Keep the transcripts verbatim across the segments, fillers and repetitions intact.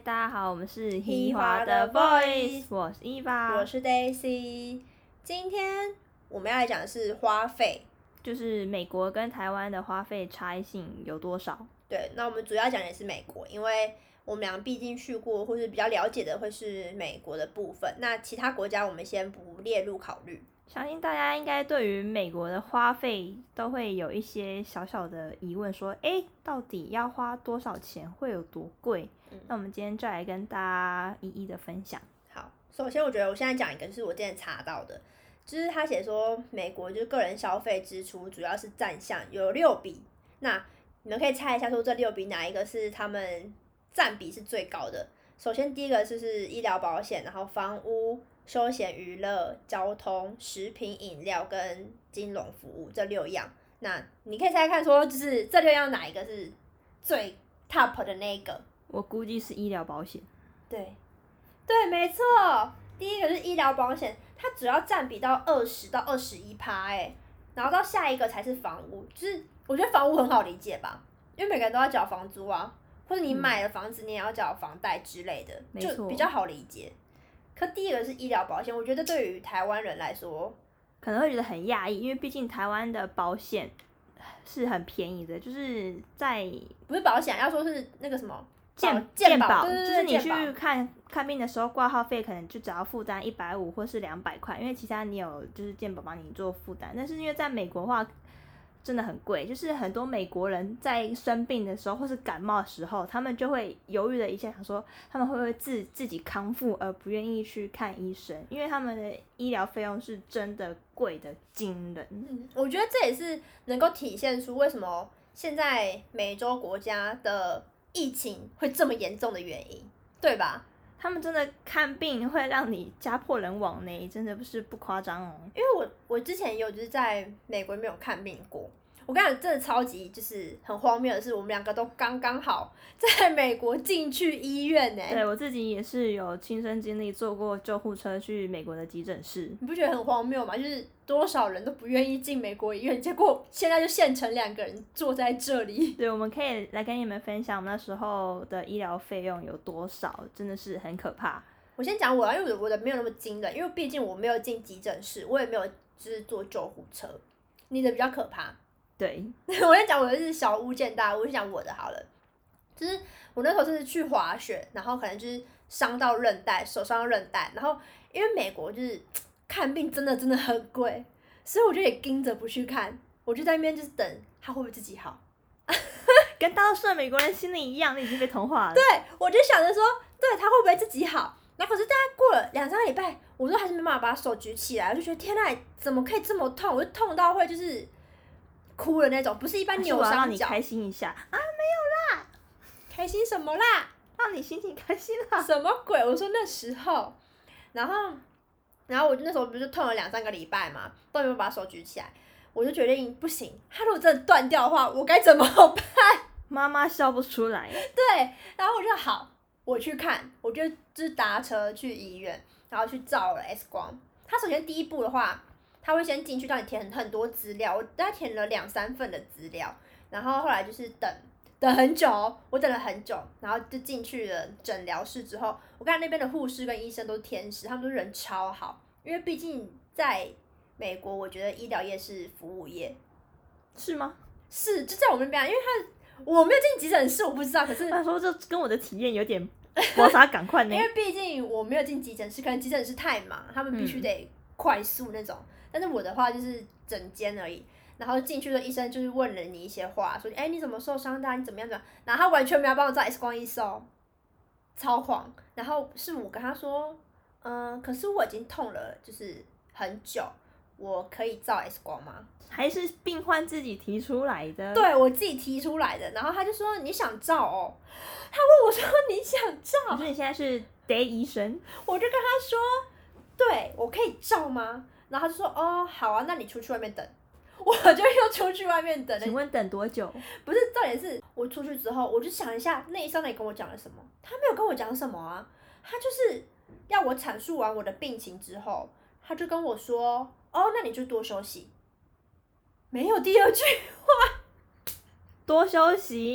大家好，我们是ฮี华的 Voice， 我是伊娃， 我是 Daisy。今天我们要来讲的是花费， 就是美国跟台湾的花费差异性有多少？ 对，那我们主要讲的是美国，因为我们俩毕竟去过或是比较了解的会是美国的部分，那其他国家我们先不列入考虑。 相信大家应该对于美国的花费都会有一些小小的疑问，说，哎，到底要花多少钱，会有多贵？嗯、那我们今天就来跟大家一一的分享。 好，首先我觉得我现在讲一个就是我之前查到的，就是他写说美国就是个人消费支出主要是占项有六笔，那你们可以猜一下说这六笔哪一个是他们占比是最高的？首先第一个就是医疗保险，然后房屋、休闲娱乐、交通、食品饮料跟金融服务这六样。那你可以猜猜看说，就是这六样哪一个是最 top 的那个？ 我估计是医疗保险。 对，对，没错。第一个是医疗保险，它主要占比到二十到二十一趴，哎，然后到下一个才是房屋，就是我觉得房屋很好理解吧，因为每个人都要缴房租啊，或者你买了房子你也要缴房贷之类的， 嗯、 就比较好理解。可第一个是医疗保险，我觉得对于台湾人来说， 可能会觉得很讶异，因为毕竟台湾的保险是很便宜的，就是在不是保险，要说是那个什么。 健健保， 对对对， 就是你去看看病的时候，挂号费可能就只要负担一百五或是两百块，因为其他你有就是健保帮你做负担。但是因为在美国的话，真的很贵，就是很多美国人在生病的时候或是感冒的时候，他们就会犹豫了一下，想说他们会不会自自己康复而不愿意去看医生，因为他们的医疗费用是真的贵的惊人。 嗯，我觉得这也是能够体现出为什么现在美洲国家的疫情会这么严重的原因，对吧？ 他们真的看病会让你家破人亡呢，真的不是不夸张哦。 因为我我之前也有就是在美国没有看病过，我跟你讲，真的超级就是很荒谬的是，我们两个都刚刚好在美国进去医院呢。 对，我自己也是有亲身经历，坐过救护车去美国的急诊室。 你不觉得很荒谬吗？就是多少人都不愿意进美国医院，结果现在就现成两个人坐在这里。 对，我们可以来跟你们分享我们那时候的医疗费用有多少，真的是很可怕。 我先讲我啊，因为我的没有那么惊人，因为毕竟我没有进急诊室，我也没有就是坐救护车，你的比较可怕。 对， 我先讲我的是小巫见大巫，我先讲我的好了。就是我那时候就是去滑雪，然后可能就是伤到韧带，手伤到韧带，然后因为美国就是看病真的真的很贵，所以我就也盯着不去看，我就在那边就是等他会不会自己好。 跟大多数的美国人心里一样，你已经被同化了。 对，我就想着说，对他会不会自己好？然后可是大概过了两三个礼拜，我都还是没办法把手举起来，我就觉得天哪，怎么可以这么痛？我就痛到会就是哭的那种，不是一般扭伤脚。 我要让你开心一下啊，没有啦， 开心什么啦？ 让你心情开心啦。 什么鬼？我说那时候，然后，然后我那时候不是痛了两三个礼拜嘛，都没有把手举起来，我就决定不行，他如果真的断掉的话，我该怎么办？ 妈妈笑不出来。 对，然后我就好。我去看，我就就是搭车去医院，然后去照了 X 光。他首先第一步的话，他会先进去让你填很多资料，我大概填了两三份的资料，然后后来就是等等很久，我等了很久，然后就进去了诊疗室之后，我看那边的护士跟医生都是天使，他们都人超好，因为毕竟在美国，我觉得医疗业是服务业， 是吗？ 是，就在我们那边，因为他。我没有进急诊室，我不知道。可是他说这跟我的体验有点摩擦赶快呢。 因为毕竟我没有进急诊室，可能急诊室太忙，他们必须得快速那种。嗯、但是我的话就是诊间而已，然后进去的医生就是问了你一些话，说：“哎、欸，你怎么受伤的、啊？你怎么样怎么样？”然后他完全没有帮我照 X 光医生哦，超狂。然后是我跟他说：“嗯、呃，可是我已经痛了，就是很久。”我可以照 X 光吗？ 还是病患自己提出来的？ 对，我自己提出来的。然后他就说你想照哦，他问我说你想照？ 可是你现在是 Day 医生， 我就跟他说，对我可以照吗？然后他就说哦好啊，那你出去外面等。我就又出去外面等了。 请问等多久？ 不是，重点是我出去之后，我就想一下那医生到底跟我讲了什么？他没有跟我讲什么啊，他就是要我阐述完我的病情之后，他就跟我说。哦，那你就多休息。没有第二句话。 多休息？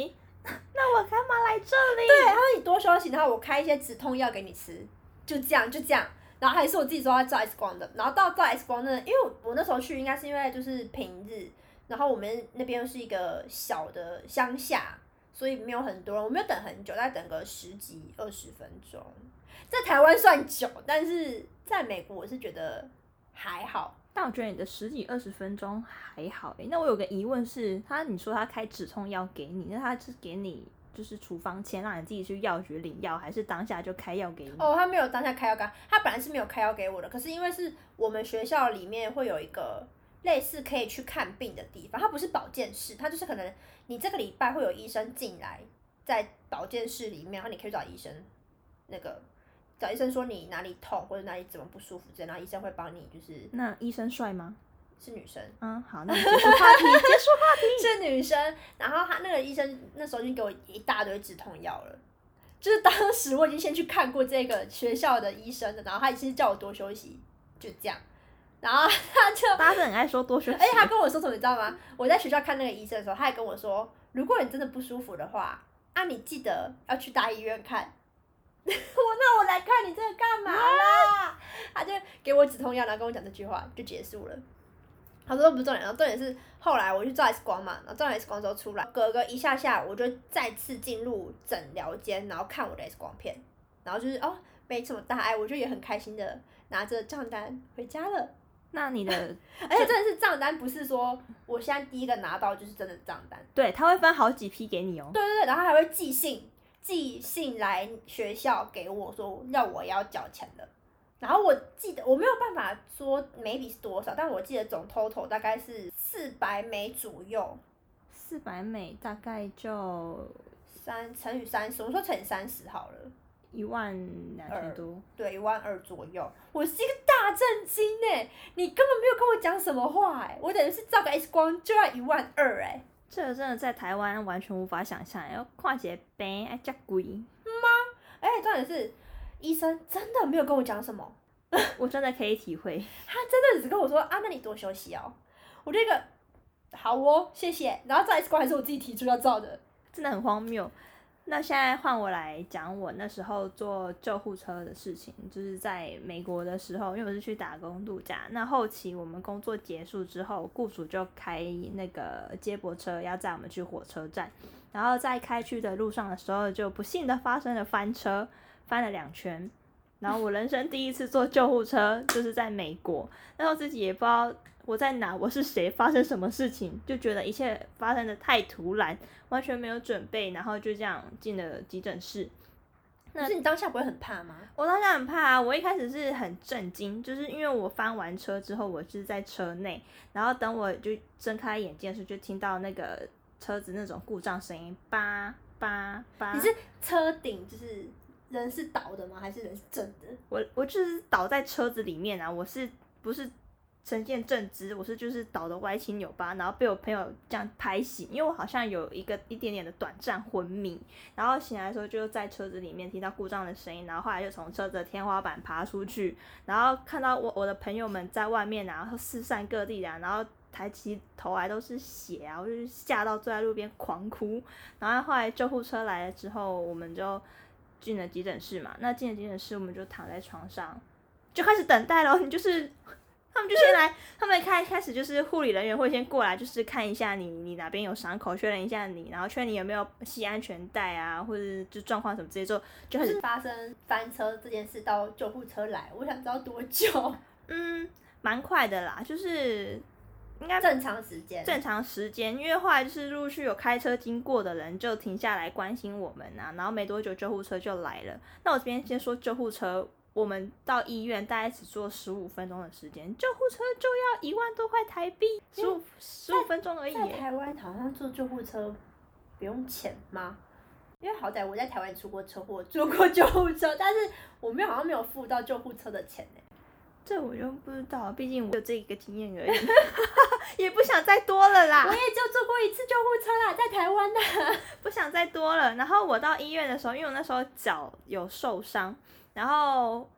那我干嘛来这里？ 对，然后你多休息，然后我开一些止痛药给你吃，就这样就这样。然后还是我自己说要照 X 光的，然后到照 X 光呢，因为我那时候去应该是因为就是平日，然后我们那边是一个小的乡下，所以没有很多人，我没有等很久，大概等个十几二十分钟，在台湾算久，但是在美国我是觉得还好。 但我觉得你的十几二十分钟还好诶、欸。那我有个疑问是，他你说他开止痛药给你，那他是给你就是处方签让你自己去药局领药，还是当下就开药给你？ 哦，他没有当下开药给他，他本来是没有开药给我的，可是因为是我们学校里面会有一个类似可以去看病的地方，它不是保健室，它就是可能你这个礼拜会有医生进来，在保健室里面，然后你可以找医生，那个找医生说你哪里痛或者哪里怎么不舒服之类，然后医生会帮你就是。 那医生帅吗？ 是女生。 嗯，好，那结束话题，结束话题。 是女生，然后他那个医生那时候已经给我一大堆止痛药了，就是当时我已经先去看过这个学校的医生了，然后他其实叫我多休息，就这样，然后他就大家是很爱说多休息， 而且他跟我说什么你知道吗？我在学校看那个医生的时候，他还跟我说，如果你真的不舒服的话，啊，你记得要去大医院看。我那我来看你这个干嘛啦？他就给我止痛药，然后跟我讲这句话就结束了。他说不是重点，然后重点是后来我去照 X 光嘛，然后照完 X 光之后出来，隔个一下下我就再次进入诊疗间，然后看我的 X 光片，然后就是哦没什么大碍，我就也很开心的拿着账单回家了。 那你的， 而且真的是账单，不是说我现在第一个拿到就是真的账单， 对，他会分好几批给你哦。 对对对，然后还会寄信，寄信来学校给我说要我要缴钱的。然后我记得我没有办法说每笔是多少，但我记得总 total 大概是四百美左右。 四百美大概就三乘以三十，我说乘以三十好了。 一万两千多。 对，一万二左右。我是一个大震惊哎！你根本没有跟我讲什么话哎！我等于是照个 X 光就要一万二哎！ 这个真的在台湾完全无法想象，要看一个病要这么贵。 吗？而且重点是。医生真的没有跟我讲什么， 我真的可以体会。 他真的只跟我说啊，那你多休息哦。我这个好哦，谢谢。然后照 X 光还是我自己提出要照的， 真的很荒谬。那现在换我来讲我那时候坐救护车的事情，就是在美国的时候，因为我是去打工度假，那后期我们工作结束之后，雇主就开那个接驳车要载我们去火车站，然后在开去的路上的时候，就不幸的发生了翻车。翻了两圈，然后我人生第一次坐救护车就是在美国，那时候自己也不知道我在哪，我是谁，发生什么事情，就觉得一切发生的太突然，完全没有准备，然后就这样进了急诊室。 可是你当下不会很怕吗？ 我当下很怕啊，我一开始是很震惊，就是因为我翻完车之后，我是在车内，然后等我就睁开眼睛的时候，就听到那个车子那种故障声音，叭叭叭。 你是车顶就是？人是倒的吗？还是人是正的？ 我我就是倒在车子里面啊，我是不是呈现正直？我是就是倒的歪七扭八，然后被我朋友这样拍醒，因为我好像有一个一点点的短暂昏迷，然后醒来的时候就在车子里面听到故障的声音，然后后来就从车子的天花板爬出去，然后看到我我的朋友们在外面啊，然后四散各地啊，然后抬起头来都是血啊，我就是吓到坐在路边狂哭，然后后来救护车来了之后，我们就。进了急诊室嘛，那进了急诊室，我们就躺在床上，就开始等待咯。你就是他们就先来，他们开开始就是护理人员会先过来，就是看一下你你哪边有伤口，确认一下你，然后确认你有没有系安全带啊，或者就状况什么之类之后，就开始发生翻车这件事到救护车来，我想知道多久？ 嗯，蛮快的啦，就是应该正常时间， 正常时间，因为后来就是陆续有开车经过的人就停下来关心我们啊，然后没多久救护车就来了。那我这边先说救护车，我们到医院大概只坐十五分钟的时间，救护车就要一万多块台币，十五十五分钟而已。 在台湾好像坐救护车不用钱吗？因为好歹我在台湾出过车祸，坐过救护车，但是我没有好像没有付到救护车的钱呢。 这我就不知道，毕竟我有这个经验而已，也不想再多了啦。 我也就坐过一次救护车啦，在台湾啦， 不想再多了。然后我到医院的时候，因为我那时候脚有受伤，然后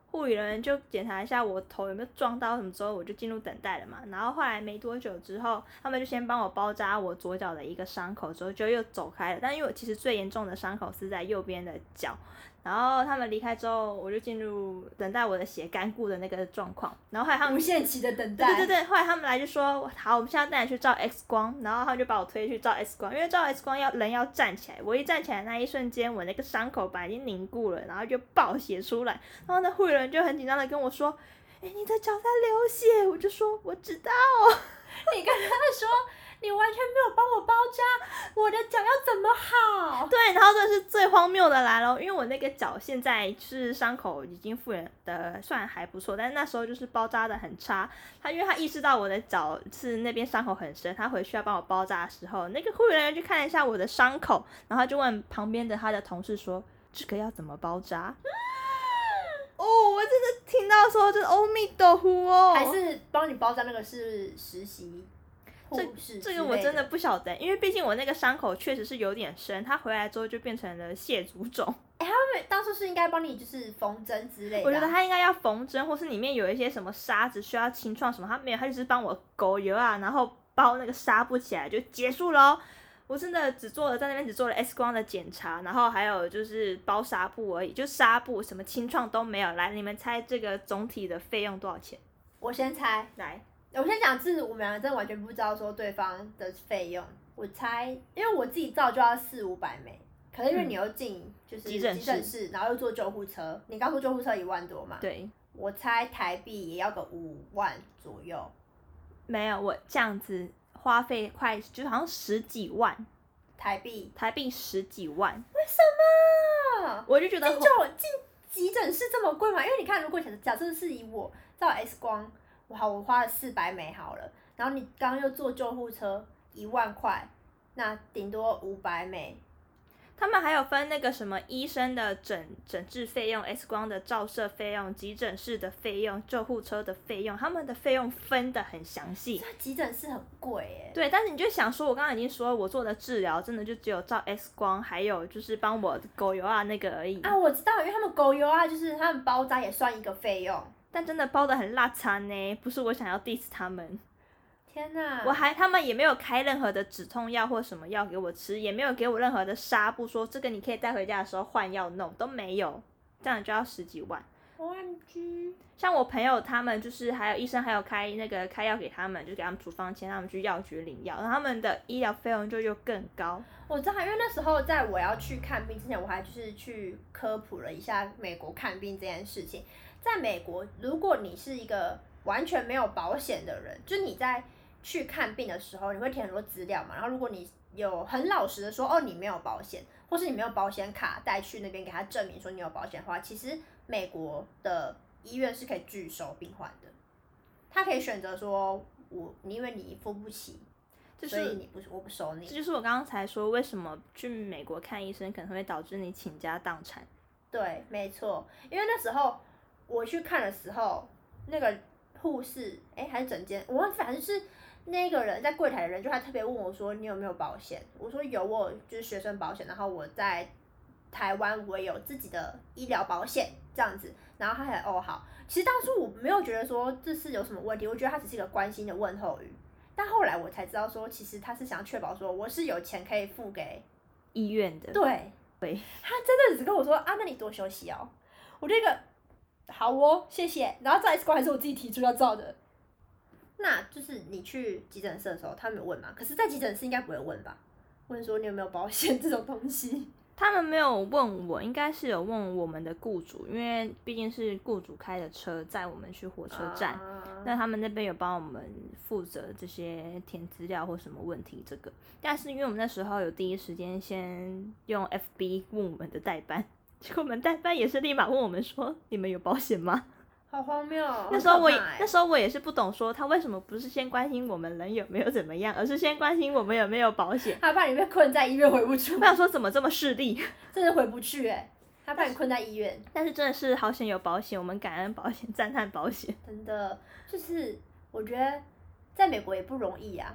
护理人员就检查一下我头有没有撞到什么之后，我就进入等待了嘛。然后后来没多久之后，他们就先帮我包扎我左脚的一个伤口，之后就又走开了。但因为我其实最严重的伤口是在右边的脚，然后他们离开之后，我就进入等待我的血干固的那个状况。然后后来他们无限期的等待。 对对对，后来他们来就说好，我们现在带你去照 X 光，然后他们就把我推去照 X 光，因为照 X 光要人要站起来，我一站起来那一瞬间，我那个伤口本来已经凝固了，然后就爆血出来，然后那护理人就很紧张的跟我说，哎，你的脚在流血，我就说我知道。 你跟他说你完全没有帮我包扎，我的脚要怎么好？ 对，然后这是最荒谬的来了，因为我那个脚现在是伤口已经复原的算还不错，但是那时候就是包扎的很差。他因为他意识到我的脚是那边伤口很深，他回去要帮我包扎的时候，那个护理人员就看了一下我的伤口，然后他就问旁边的他的同事说，这个要怎么包扎？哦，我真的听到说就是阿弥陀佛哦， 还是帮你包扎那个是实习护士？ 这个我真的不晓得，因为毕竟我那个伤口确实是有点深，他回来之后就变成了蟹足肿。 哎、欸，他们当初是应该帮你就是缝针之类的、啊。 我觉得他应该要缝针，或是里面有一些什么沙子需要清创什么，他没有，他就是帮我勾油啊，然后包那个纱布起来就结束了哦。我真的只做了在那边只做了 X 光的检查，然后还有就是包纱布而已，就纱布什么清创都没有。来，你们猜这个总体的费用多少钱？ 我先猜， 来， 我先讲，是我们两个真的完全不知道说对方的费用。我猜，因为我自己照就要四五百美，可是因为你又进就是急诊室，室然后又坐救护车，你刚说救护车一万多嘛？ 对， 我猜台币也要个五万左右。 没有，我这样子。花费快就好像十几万台币， 台币十几万， 为什么？ 我就觉得进进急诊室这么贵吗？因为你看，如果假设是以我照 X 光，我好，我花了四百美好了，然后你刚刚又坐救护车一万块，那顶多五百美。 他们还有分那个什么医生的诊诊治费用、X 光的照射费用、急诊室的费用、救护车的费用，他们的费用分得很详细。 急诊室很贵耶。 对，但是你就想说，我刚刚已经说了，我做的治疗真的就只有照 X 光，还有就是帮我狗油啊那个而已。 啊，我知道，因为他们狗油啊，就是他们包扎也算一个费用， 但真的包得很辣惨呢，不是我想要 diss 他们。 天哪！ 我还他们也没有开任何的止痛药或什么药给我吃，也没有给我任何的纱布，说这个你可以带回家的时候换药弄，都没有，这样就要十几万。 O M G！ 像我朋友他们就是还有医生还有开那个开药给他们，就给他们处方签，他们去药局领药，然后他们的医疗费用就又更高。 我知道，因为那时候在我要去看病之前，我还就是去科普了一下美国看病这件事情。在美国，如果你是一个完全没有保险的人，就你在去看病的时候，你会填很多资料嘛，然后如果你有很老实的说，哦，你没有保险，或是你没有保险卡带去那边给他证明说你有保险的话，其实美国的医院是可以拒收病患的，他可以选择说，我因为你付不起，所以你不我不收你。 这就是我刚刚才说，为什么去美国看医生可能会导致你倾家荡产。 对，没错，因为那时候我去看的时候，那个护士，哎、欸，还是诊间，我忘记，反正就是那个人在柜台的人，就还特别问我说，你有没有保险？我说有，我就是学生保险，然后我在台湾我也有自己的医疗保险这样子，然后他还哦好，其实当初我没有觉得说这是有什么问题，我觉得他只是一个关心的问候语，但后来我才知道说，其实他是想确保说我是有钱可以付给医院的。 对。 对， 他真的只跟我说啊，那你多休息哦。我这个好哦，谢谢。然后照 X 光还是我自己提出要照的。那就是你去急诊室的时候，他们有问嘛？可是，在急诊室应该不会问吧？问说你有没有保险这种东西？ 他们没有问我，应该是有问我们的雇主，因为毕竟是雇主开的车载我们去火车站，啊、那他们那边有帮我们负责这些填资料或什么问题这个。但是因为我们那时候有第一时间先用 F B 问我们的代班，结果我们代班也是立马问我们说：“你们有保险吗？” 好荒谬、哦！ 那时候我也那时候我也是不懂，说他为什么不是先关心我们人有没有怎么样，而是先关心我们有没有保险。 他怕你被困在医院回不去。 我想说怎么这么势利， 真的回不去哎、欸！他怕你困在医院。 但是真的是好险有保险，我们感恩保险，赞叹保险。 真的就是我觉得在美国也不容易啊，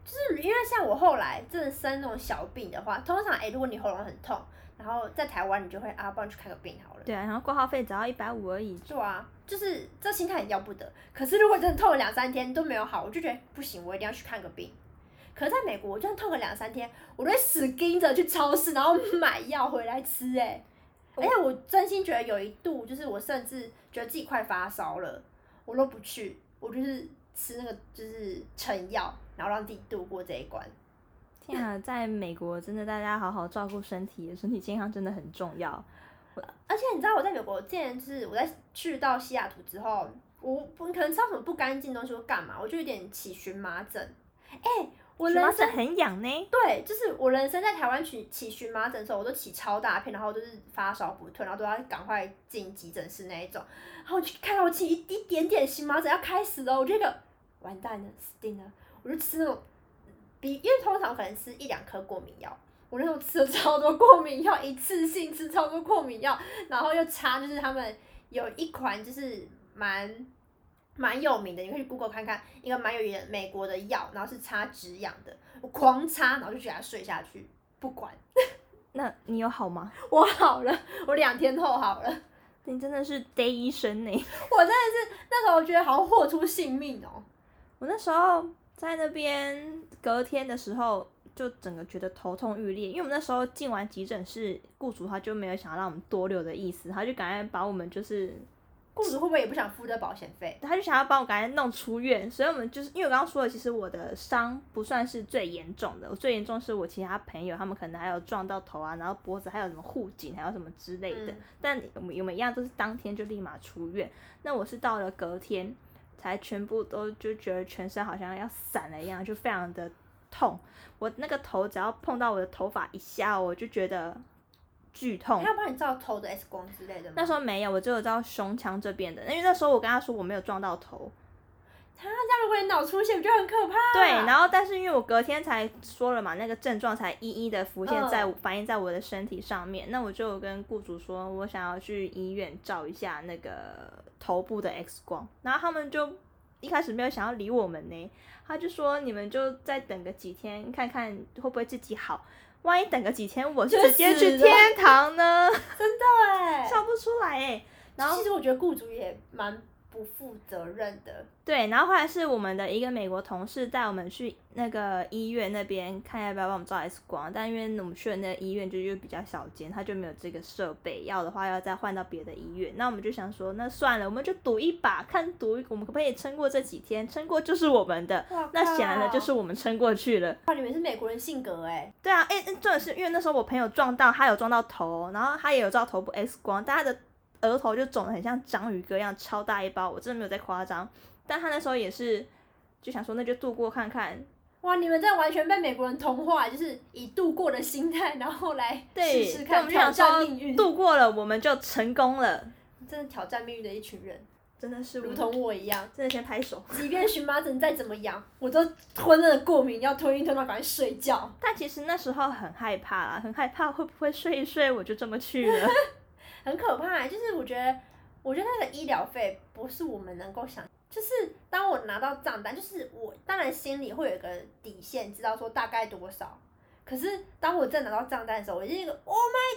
就是因为像我后来真的生那种小病的话，通常哎、欸，如果你喉咙很痛，然后在台湾你就会啊，不然去看个病好了。 对啊，然后挂号费只要一百五而已。 对啊，就是这心态很要不得。可是如果真的痛了两三天都没有好，我就觉得不行，我一定要去看个病。可是在美国，我就算痛个两三天，我都会死盯着去超市，然后买药回来吃、欸。哎，而且我真心觉得有一度，就是我甚至觉得自己快发烧了，我都不去，我就是吃那个就是成药，然后让自己度过这一关。 天啊，在美国真的大家好好照顾身体，身体健康真的很重要。 而且你知道我在美国之前就是我在去到西雅图之后，我可能吃到什么不干净的东西或干嘛，我就有点起荨麻疹。哎、欸，我人生很痒呢。 对，就是我人生在台湾起起荨麻疹的时候，我都起超大片，然后就是发烧不退，然后都要赶快进急诊室那一种。然后我就看到我起一一点点荨麻疹要开始了，我这个完蛋了，死定了，我就吃那种比因为通常可能吃一两颗过敏药。我那时候吃了超多过敏药，一次性吃超多过敏药，然后又擦，就是他们有一款就是蛮蛮有名的，你可以去 Google 看看，一个蛮有名的美国的药，然后是擦止痒的，我狂擦，然后就给它睡下去，不管。 那你有好吗？ 我好了，我两天后好了。 你真的是 day 医生呢！ 我真的是那时候觉得好像豁出性命哦。 我那时候在那边隔天的时候。就整个觉得头痛欲裂，因为我们那时候进完急诊室，雇主他就没有想要让我们多留的意思，他就赶快把我们就是， 雇主会不会也不想付这保险费？ 他就想要帮我赶快弄出院，所以我们就是因为我刚刚说的，其实我的伤不算是最严重的，我最严重是我其他朋友他们可能还有撞到头啊，然后脖子还有什么护颈，还有什么之类的，嗯、但我们我们一样都是当天就立马出院，那我是到了隔天才全部都就觉得全身好像要散了一样，就非常的痛。我那个头只要碰到我的头发一下，我就觉得剧痛。 他要帮你照头的 X 光之类的吗？ 那时候没有，我只有照胸腔这边的，因为那时候我跟他说我没有撞到头。 他这样如果你脑出血，我觉得很可怕、啊。 对，然后但是因为我隔天才说了嘛，那个症状才一一的浮现在、嗯、反映在我的身体上面，那我就跟雇主说我想要去医院照一下那个头部的 X 光，然后他们就一开始没有想要理我们呢。他就说你们就再等个几天看看会不会自己好，万一等个几天我直接去天堂呢？ 真的哎， 笑不出来哎。然后其实我觉得雇主也蛮不负责任的。 对，然后后来是我们的一个美国同事带我们去那个医院那边看要不要帮我们照 X 光，但因为我们去的那个医院就又比较小间，他就没有这个设备，要的话要再换到别的医院。那我们就想说，那算了，我们就赌一把，看赌我们可不可以撑过这几天，撑过就是我们的。那显然的就是我们撑过去了。 哇，你们是美国人性格哎。 对啊，哎，重点是因为那时候我朋友撞到，他有撞到头，然后他也有照头部 X 光，但他的额头就肿得很像章鱼哥一样，超大一包，我真的没有在夸张。但他那时候也是就想说那就度过看看。 哇，你们这完全被美国人同化，就是以度过的心态然后来试试看，挑战命运。 度过了我们就成功了， 真的挑战命运的一群人， 真的是如同我一样， 真的先拍手。 即便荨麻疹再怎么痒，我都吞了过敏药，吞一吞到赶快睡觉。 但其实那时候很害怕啦，很害怕会不会睡一睡我就这么去了。 很可怕，就是我觉得，我觉得那个医疗费不是我们能够想，就是当我拿到账单，就是我当然心里会有一个底线，知道说大概多少。可是当我真的拿到账单的时候，我就那个 ，Oh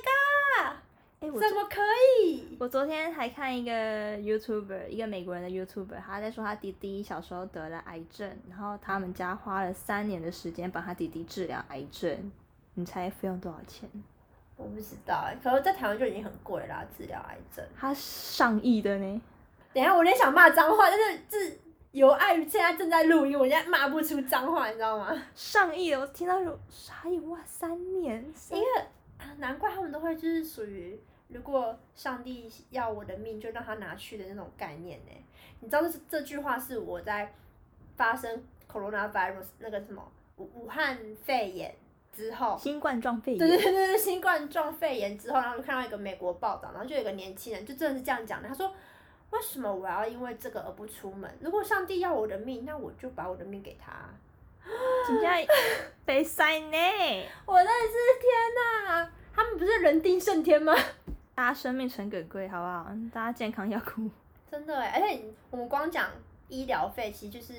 my god！欸、怎么可以？ 我昨天还看一个 YouTuber， 一个美国人的 YouTuber， 他在说他弟弟小时候得了癌症，然后他们家花了三年的时间帮他弟弟治疗癌症。你猜费用多少钱？ 我不知道哎、欸，可是在台湾就已经很贵啦，治疗癌症。 他上亿的呢。 等一下，我有点想骂脏话，但是是有碍于现在正在录音，我现在骂不出脏话，你知道吗？ 上亿，我听到有傻眼哇，三年。 因为啊，难怪他们都会就是属于，如果上帝要我的命，就让他拿去的那种概念呢、欸。你知道这这句话是我在发生 coronavirus 那个什么武武汉肺炎。之后， 新冠状肺炎， 对对对对，新冠状肺炎之后，然后就看到一个美国报道，然后就有一个年轻人就真的是这样讲的，他说：“为什么我要因为这个而不出门？如果上帝要我的命，那我就把我的命给他。” 真的被塞呢！ 我真的是天哪！他们不是人定胜天吗？ 大家生命诚可贵，好不好？大家健康要顾。 真的哎，而且我们光讲医疗费，其实就是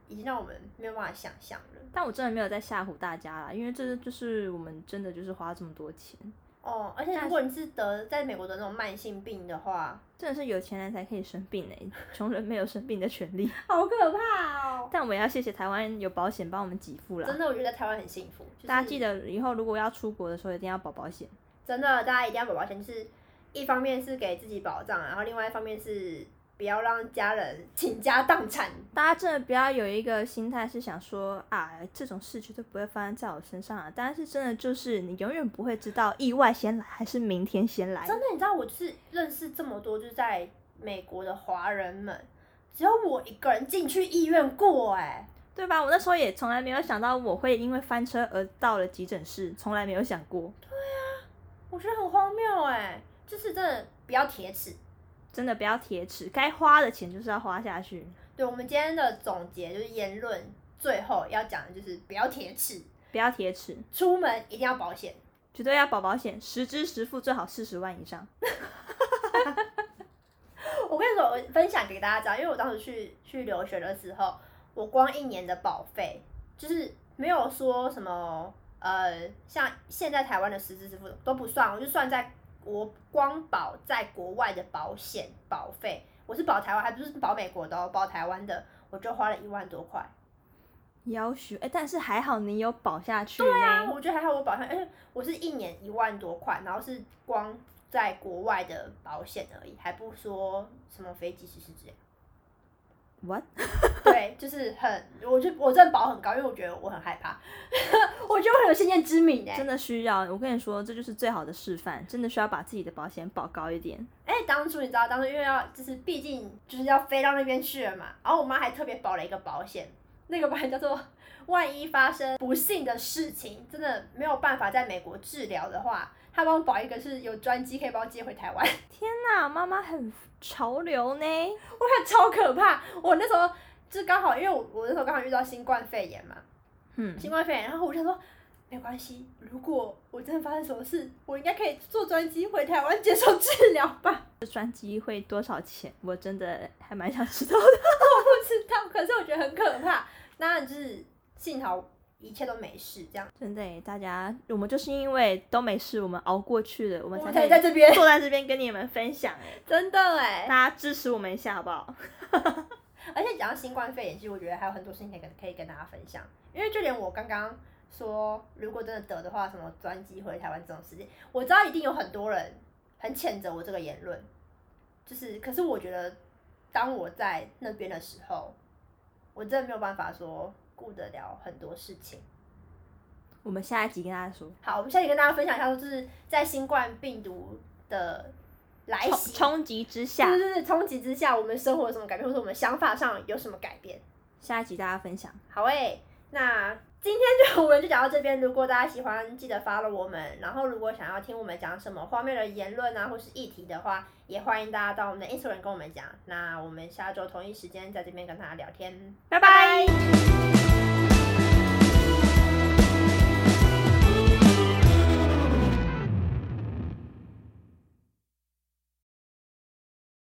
已经让我们没有办法想象了。 但我真的没有在吓唬大家啦，因为这就是我们真的就是花这么多钱。 哦，而且如果你是得在美国的那种慢性病的话， 真的是有钱人才可以生病哎，穷人没有生病的权利， 好可怕哦！ 但我们也要谢谢台湾有保险帮我们给付啦。 真的，我觉得在台湾很幸福。就是、 大家记得以后如果要出国的时候，一定要保保险。 真的，大家一定要保保险，就是一方面是给自己保障，然后另外一方面是不要让家人倾家荡产。 大家真的不要有一个心态是想说啊，这种事绝对不会发生在我身上啊。但是真的就是你永远不会知道意外先来还是明天先来。 真的，你知道我就是认识这么多就是在美国的华人们，只有我一个人进去医院过哎、欸， 对吧？我那时候也从来没有想到我会因为翻车而到了急诊室，从来没有想过。 对啊，我觉得很荒谬哎、欸，就是真的不要铁齿。 真的不要铁齿，该花的钱就是要花下去。 对，我们今天的总结就是言论，最后要讲的就是不要铁齿， 不要铁齿， 出门一定要保险， 绝对要保保险，实支实付，最好四十万以上。 我跟你说，我分享给大家知道，因为我当时去去留学的时候，我光一年的保费就是没有说什么呃，像现在台湾的实支实付都不算，我就算在。我光保在国外的保险保费，我是保台湾，还不是保美国的哦，保台湾的，我就花了一万多块。 要求哎，但是还好你有保下去。 对啊，我觉得还好我保下，而且我是一年一万多块，然后是光在国外的保险而已，还不说什么飞机失事之类。 What？ 对，就是很，我就我真的保很高，因为我觉得我很害怕，我觉得我很有先见之明哎、欸。 真的需要，我跟你说，这就是最好的示范，真的需要把自己的保险保高一点。 哎、欸，当初你知道，当初因为要就是毕竟就是要飞到那边去了嘛，然后我妈还特别保了一个保险，那个保险叫做万一发生不幸的事情，真的没有办法在美国治疗的话，她帮我保一个是有专机可以帮我接回台湾。 天哪，妈妈很潮流呢！ 我看超可怕，我那时候就刚好，因为我我那时候刚好遇到新冠肺炎嘛，嗯，新冠肺炎，然后我就说没关系，如果我真的发生什么事，我应该可以坐专机回台湾接受治疗吧。 专机会多少钱？我真的还蛮想知道的。 我不知道，可是我觉得很可怕。当然就是幸好一切都没事，这样。 真的耶，大家，我们就是因为都没事，我们熬过去了，我们才可以在这边坐在这边跟你们分享哎， 真的哎， 大家支持我们一下好不好？ 而且讲到新冠肺炎，其实我觉得还有很多事情可以跟可以跟大家分享，因为就连我刚刚说，如果真的得的话，什么专机回台湾这种事情，我知道一定有很多人很谴责我这个言论，就是可是我觉得，当我在那边的时候，我真的没有办法说顾得了很多事情。 我们下一集跟大家说。 好，我们下一集跟大家分享一下，就是在新冠病毒的来袭冲击之下， 对对对，冲击之下，我们生活有什么改变，或者我们想法上有什么改变？ 下一集大家分享。 好诶、欸，那今天就我们就讲到这边。如果大家喜欢，记得 follow 我们。然后，如果想要听我们讲什么荒谬的言论啊，或是议题的话，也欢迎大家到我们的 Instagram 跟我们讲。那我们下周同一时间在这边跟大家聊天， 拜拜。